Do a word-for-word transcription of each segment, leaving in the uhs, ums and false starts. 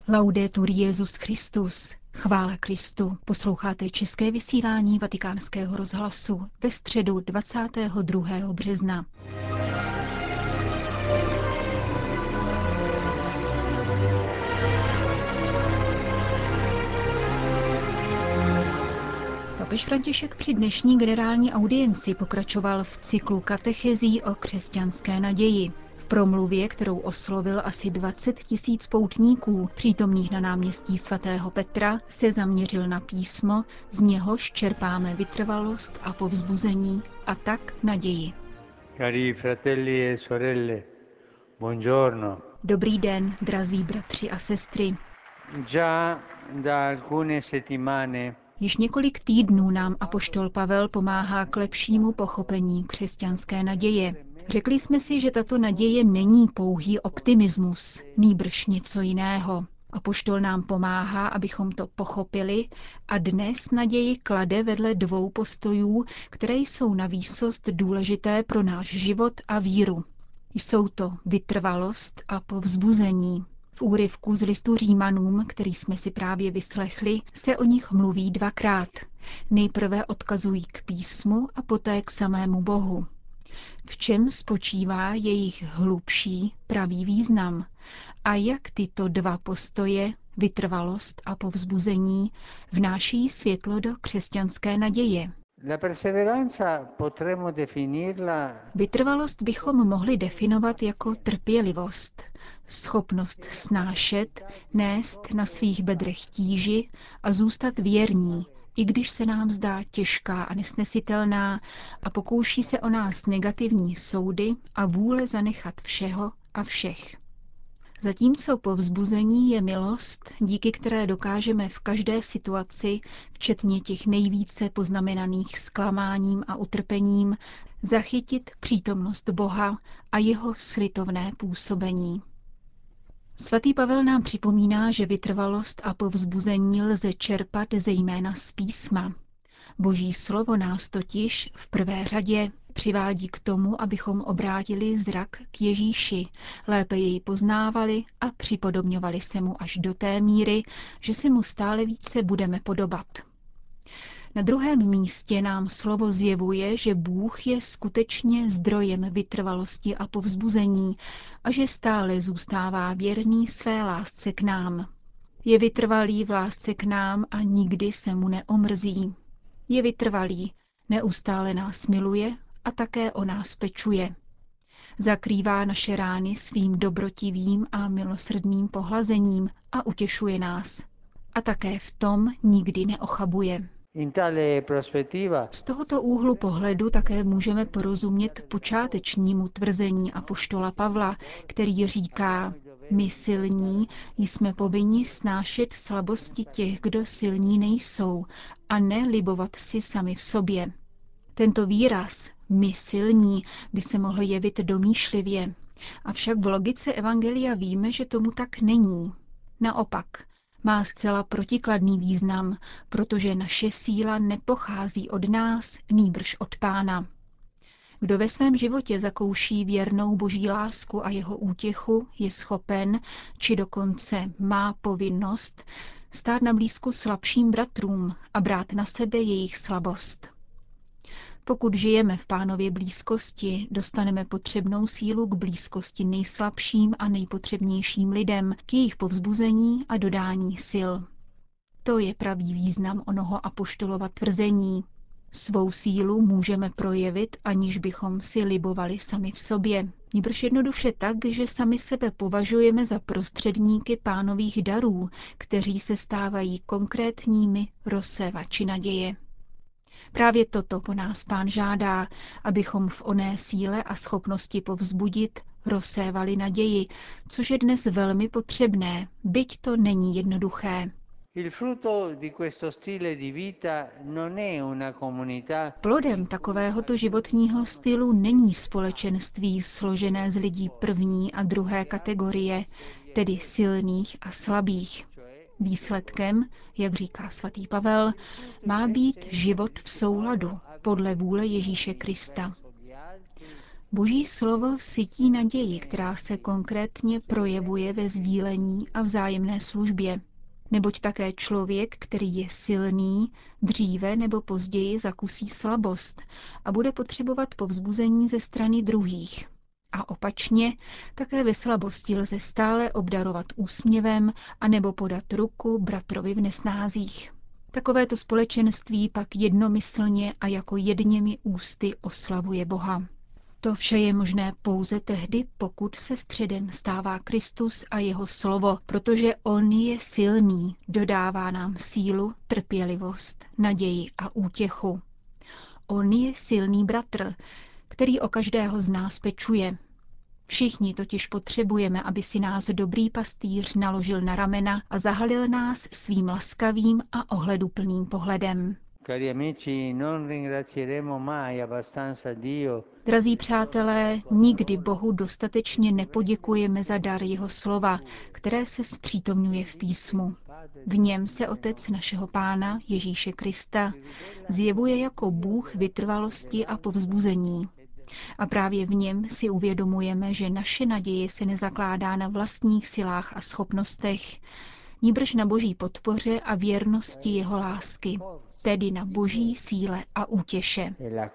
Laudetur Jesus Christus. Chvála Kristu. Posloucháte české vysílání Vatikánského rozhlasu ve středu dvacátého druhého března. Papež František při dnešní generální audienci pokračoval v cyklu katechezí o křesťanské naději. V promluvě, kterou oslovil asi dvacet tisíc poutníků, přítomných na náměstí svatého Petra, se zaměřil na písmo, z něhož čerpáme vytrvalost a povzbuzení a tak naději. Cari fratelli e sorelle, buongiorno. Dobrý den, drazí bratři a sestry. Già da alcune settimane Již několik týdnů nám apoštol Pavel pomáhá k lepšímu pochopení křesťanské naděje. Řekli jsme si, že tato naděje není pouhý optimismus, nýbrž něco jiného. Apoštol nám pomáhá, abychom to pochopili, a dnes naději klade vedle dvou postojů, které jsou navýsost důležité pro náš život a víru. Jsou to vytrvalost a povzbuzení. V úryvku z listu Římanům, který jsme si právě vyslechli, se o nich mluví dvakrát. Nejprve odkazují k písmu a poté k samému Bohu. V čem spočívá jejich hlubší, pravý význam? A jak tyto dva postoje, vytrvalost a povzbuzení, vnáší světlo do křesťanské naděje? la perseveranza potremmo definirla Vytrvalost bychom mohli definovat jako trpělivost, schopnost snášet, nést na svých bedrech tíži a zůstat věrní, i když se nám zdá těžká a nesnesitelná a pokouší se o nás negativní soudy a vůle zanechat všeho a všech. Zatímco povzbuzení je milost, díky které dokážeme v každé situaci, včetně těch nejvíce poznamenaných zklamáním a utrpením, zachytit přítomnost Boha a jeho slitovné působení. Svatý Pavel nám připomíná, že vytrvalost a povzbuzení lze čerpat zejména z písma. Boží slovo nás totiž v prvé řadě přivádí k tomu, abychom obrátili zrak k Ježíši, lépe jej poznávali a připodobňovali se mu až do té míry, že se mu stále více budeme podobat. Na druhém místě nám slovo zjevuje, že Bůh je skutečně zdrojem vytrvalosti a povzbuzení a že stále zůstává věrný své lásce k nám. Je vytrvalý v lásce k nám a nikdy se mu neomrzí. Je vytrvalý, neustále nás miluje a také o nás pečuje. Zakrývá naše rány svým dobrotivým a milosrdným pohlazením a utěšuje nás. A také v tom nikdy neochabuje. in tale prospettiva. Z tohoto úhlu pohledu také můžeme porozumět počátečnímu tvrzení apoštola Pavla, který říká: my silní jsme povinni snášet slabosti těch, kdo silní nejsou, a ne libovat si sami v sobě. Tento výraz, my silní, by se mohl jevit domýšlivě, avšak v logice evangelia víme, že tomu tak není. Naopak, má zcela protikladný význam, protože naše síla nepochází od nás, nýbrž od Pána. Kdo ve svém životě zakouší věrnou boží lásku a jeho útěchu, je schopen, či dokonce má povinnost, stát na blízku slabším bratrům a brát na sebe jejich slabost. Pokud žijeme v Pánově blízkosti, dostaneme potřebnou sílu k blízkosti nejslabším a nejpotřebnějším lidem, k jejich povzbuzení a dodání sil. To je pravý význam onoho apoštolova tvrzení. Svou sílu můžeme projevit, aniž bychom si libovali sami v sobě. Nýbrž jednoduše tak, že sami sebe považujeme za prostředníky Pánových darů, kteří se stávají konkrétními rozsévači naděje. Právě toto po nás Pán žádá, abychom v oné síle a schopnosti povzbudit rozsévali naději, což je dnes velmi potřebné, byť to není jednoduché. Il frutto di questo stile di vita non è una comunità. Plodem takovéhoto životního stylu není společenství složené z lidí první a druhé kategorie, tedy silných a slabých. Výsledkem, jak říká svatý Pavel, má být život v souladu podle vůle Ježíše Krista. Boží slovo sytí naději, která se konkrétně projevuje ve sdílení a vzájemné službě. Neboť také člověk, který je silný, dříve nebo později zakusí slabost a bude potřebovat povzbuzení ze strany druhých. A opačně, také ve slabosti lze stále obdarovat úsměvem anebo podat ruku bratrovi v nesnázích. Takovéto společenství pak jednomyslně a jako jedněmi ústy oslavuje Boha. To vše je možné pouze tehdy, pokud se středem stává Kristus a jeho slovo, protože on je silný, dodává nám sílu, trpělivost, naději a útěchu. On je silný bratr, který o každého z nás pečuje. Všichni totiž potřebujeme, aby si nás dobrý pastýř naložil na ramena a zahalil nás svým laskavým a ohleduplným pohledem. Drazí přátelé, nikdy Bohu dostatečně nepoděkujeme za dar jeho slova, které se zpřítomňuje v písmu. V něm se Otec našeho Pána, Ježíše Krista, zjevuje jako Bůh vytrvalosti a povzbuzení. A právě v něm si uvědomujeme, že naše naděje se nezakládá na vlastních silách a schopnostech, nýbrž na Boží podpoře a věrnosti jeho lásky, tedy na Boží síle a útěše.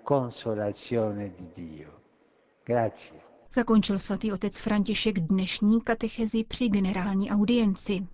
Zakončil svatý otec František dnešní katechezi při generální audienci.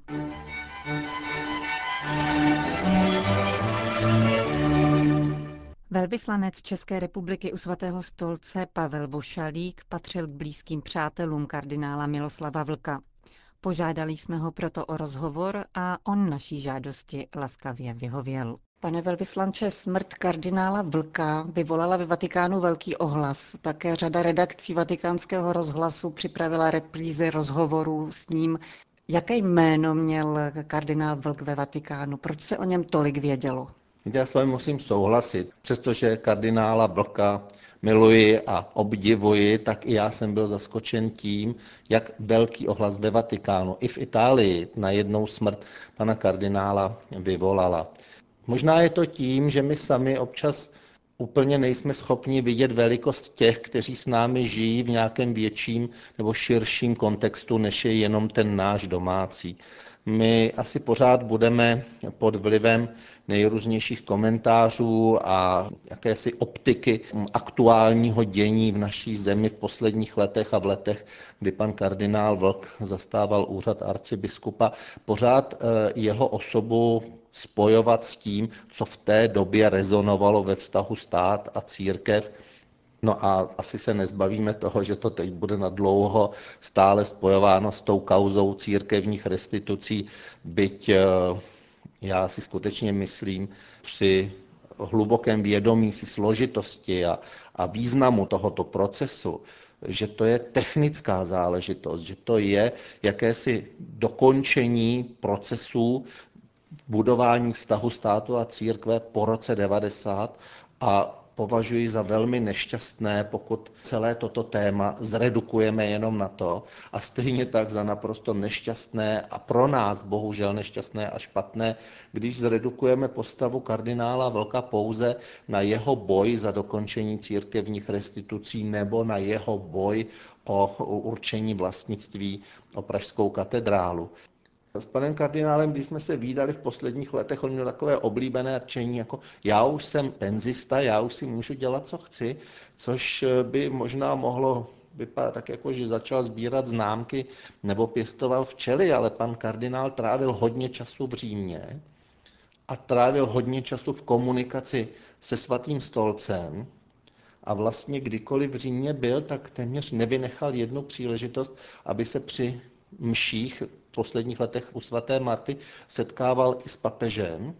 Velvyslanec České republiky u svatého stolce Pavel Vošalík patřil k blízkým přátelům kardinála Miloslava Vlka. Požádali jsme ho proto o rozhovor a on naší žádosti laskavě vyhověl. Pane velvyslanče, smrt kardinála Vlka vyvolala ve Vatikánu velký ohlas. Také řada redakcí Vatikánského rozhlasu připravila reprízy rozhovorů s ním. Jaké jméno měl kardinál Vlk ve Vatikánu? Proč se o něm tolik vědělo? Já s vámi musím souhlasit. Přestože kardinála Vlka miluji a obdivuji, tak i já jsem byl zaskočen tím, jak velký ohlas ve Vatikánu i v Itálii na jednou smrt pana kardinála vyvolala. Možná je to tím, že my sami občas úplně nejsme schopni vidět velikost těch, kteří s námi žijí v nějakém větším nebo širším kontextu, než je jenom ten náš domácí. My asi pořád budeme pod vlivem nejrůznějších komentářů a jakési optiky aktuálního dění v naší zemi v posledních letech a v letech, kdy pan kardinál Vlk zastával úřad arcibiskupa, pořád jeho osobu spojovat s tím, co v té době rezonovalo ve vztahu stát a církev. No a asi se nezbavíme toho, že to teď bude na dlouho stále spojováno s tou kauzou církevních restitucí, byť já si skutečně myslím při hlubokém vědomí si složitosti a, a významu tohoto procesu, že to je technická záležitost, že to je jakési dokončení procesů budování vztahu státu a církve po roce devadesát a považuji za velmi nešťastné, pokud celé toto téma zredukujeme jenom na to a stejně tak za naprosto nešťastné a pro nás bohužel nešťastné a špatné, když zredukujeme postavu kardinála Vlka pouze na jeho boj za dokončení církevních restitucí nebo na jeho boj o určení vlastnictví o pražskou katedrálu. S panem kardinálem, když jsme se vídali v posledních letech, on měl takové oblíbené rčení, jako já už jsem penzista, já už si můžu dělat, co chci, což by možná mohlo vypadat tak, jako že začal sbírat známky nebo pěstoval včely, ale pan kardinál trávil hodně času v Římě a trávil hodně času v komunikaci se svatým stolcem a vlastně kdykoliv v Římě byl, tak téměř nevynechal jednu příležitost, aby se při mších v posledních letech u svaté Marty setkával i s papežem.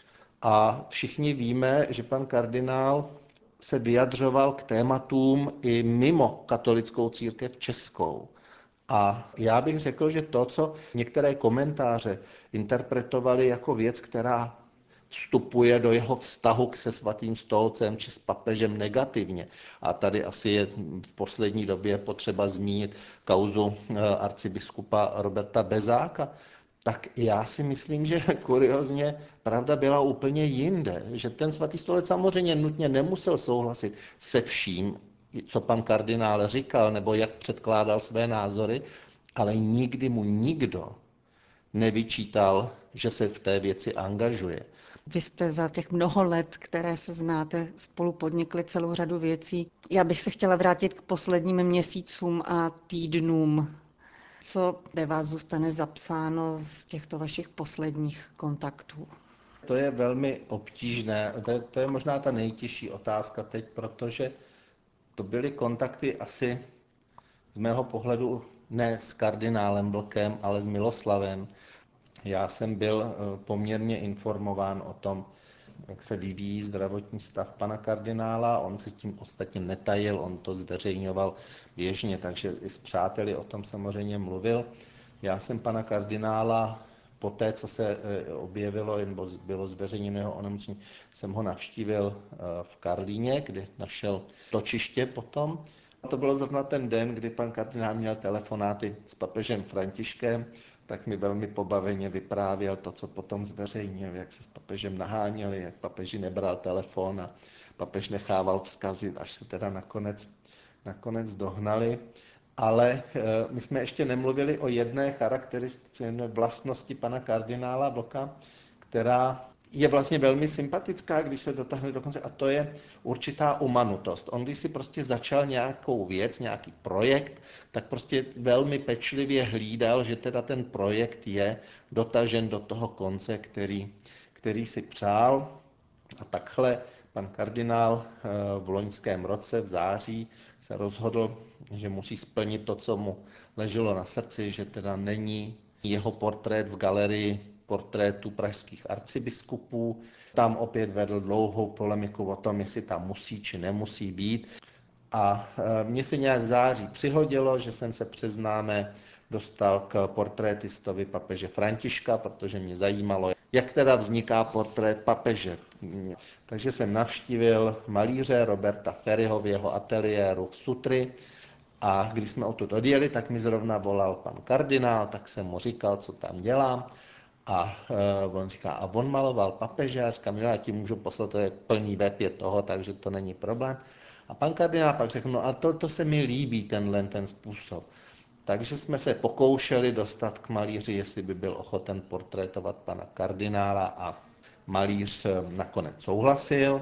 A všichni víme, že pan kardinál se vyjadřoval k tématům i mimo katolickou církev českou. A já bych řekl, že to, co některé komentáře interpretovali jako věc, která vstupuje do jeho vztahu se svatým stolcem či s papežem negativně. A tady asi je v poslední době potřeba zmínit kauzu arcibiskupa Roberta Bezáka. Tak já si myslím, že kuriozně pravda byla úplně jinde. Že ten svatý stolec samozřejmě nutně nemusel souhlasit se vším, co pan kardinál říkal, nebo jak předkládal své názory, ale nikdy mu nikdo nevyčítal, že se v té věci angažuje. Vy jste za těch mnoho let, které se znáte, spolu podnikli celou řadu věcí. Já bych se chtěla vrátit k posledním měsícům a týdnům. Co ve vás zůstane zapsáno z těchto vašich posledních kontaktů? To je velmi obtížné. To je, to je možná ta nejtěžší otázka teď, protože to byly kontakty asi z mého pohledu ne s kardinálem Vlkem, ale s Miloslavem. Já jsem byl poměrně informován o tom, jak se vyvíjí zdravotní stav pana kardinála. On se s tím ostatně netajil, on to zveřejňoval běžně, takže i s přáteli o tom samozřejmě mluvil. Já jsem pana kardinála po té, co se objevilo, nebo bylo zveřejněno jeho onemocnění, jsem ho navštívil v Karlíně, kde našel točiště potom. To bylo zrovna ten den, kdy pan kardinál měl telefonáty s papežem Františkem, tak mi velmi pobaveně vyprávěl to, co potom zveřejnil, jak se s papežem naháněli, jak papeži nebral telefon a papež nechával vzkazy, až se teda nakonec, nakonec dohnali. Ale my jsme ještě nemluvili o jedné charakteristice, jedné vlastnosti pana kardinála Vlka, která je vlastně velmi sympatická, když se dotáhne do konce, a to je určitá umanutost. On, když si prostě začal nějakou věc, nějaký projekt, tak prostě velmi pečlivě hlídal, že teda ten projekt je dotažen do toho konce, který, který si přál. A takhle pan kardinál v loňském roce v září se rozhodl, že musí splnit to, co mu leželo na srdci, že teda není jeho portrét v galerii portrétů pražských arcibiskupů. Tam opět vedl dlouhou polemiku o tom, jestli tam musí či nemusí být. A mně se nějak v září přihodilo, že jsem se přes známé dostal k portrétistovi papeže Františka, protože mě zajímalo, jak teda vzniká portrét papeže. Takže jsem navštívil malíře Roberta Ferryho v jeho ateliéru v Sutry. A když jsme odtud odjeli, tak mi zrovna volal pan kardinál, tak jsem mu říkal, co tam dělám. A uh, on říká, a on maloval papeže, a říkám, já ti můžu poslat, to je plný web je toho, takže to není problém. A pan kardinál pak řekl, no a to, to se mi líbí, tenhle ten způsob. Takže jsme se pokoušeli dostat k malíři, jestli by byl ochoten portrétovat pana kardinála, a malíř nakonec souhlasil.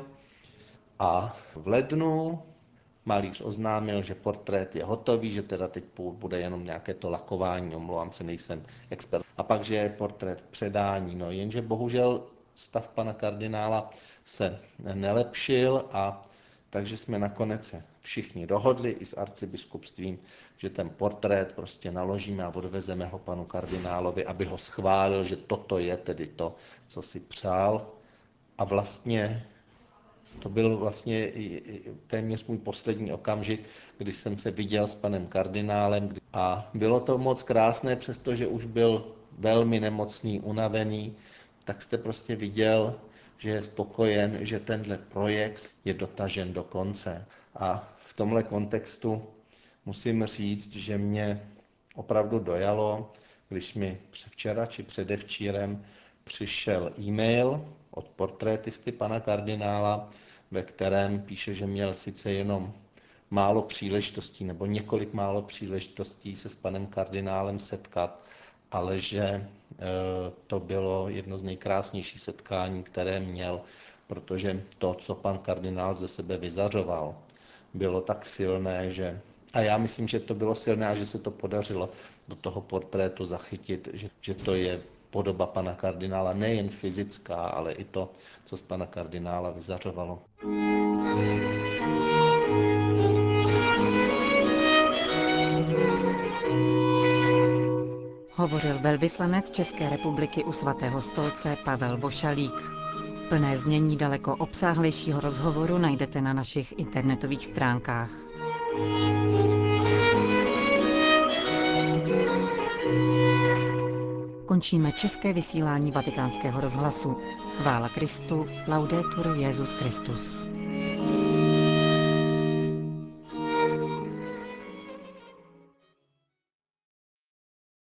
A v lednu malíř oznámil, že portrét je hotový, že teda teď bude jenom nějaké to lakování, omlouvám se, nejsem expert. A pak, že je portrét předání, no jenže bohužel stav pana kardinála se nelepšil, a takže jsme nakonec se všichni dohodli i s arcibiskupstvím, že ten portrét prostě naložíme a odvezeme ho panu kardinálovi, aby ho schválil, že toto je tedy to, co si přál. A vlastně to byl vlastně téměř můj poslední okamžik, když jsem se viděl s panem kardinálem. A bylo to moc krásné, přestože už byl velmi nemocný, unavený, tak jste prostě viděl, že je spokojen, že tenhle projekt je dotažen do konce. A v tomhle kontextu musím říct, že mě opravdu dojalo, když mi včera či předevčírem přišel e-mail od portrétisty pana kardinála, ve kterém píše, že měl sice jenom málo příležitostí nebo několik málo příležitostí se s panem kardinálem setkat, ale že to bylo jedno z nejkrásnějších setkání, které měl, protože to, co pan kardinál ze sebe vyzařoval, bylo tak silné, že a já myslím, že to bylo silné a že se to podařilo do toho portrétu zachytit, že, že to je podoba pana kardinála, nejen fyzická, ale i to, co z pana kardinála vyzařovalo. Hovořil velvyslanec České republiky u Svatého stolce Pavel Vošalík. Plné znění daleko obsáhlejšího rozhovoru najdete na našich internetových stránkách. Končíme české vysílání Vatikánského rozhlasu. Chvála Kristu, laudetur Jesus Christus.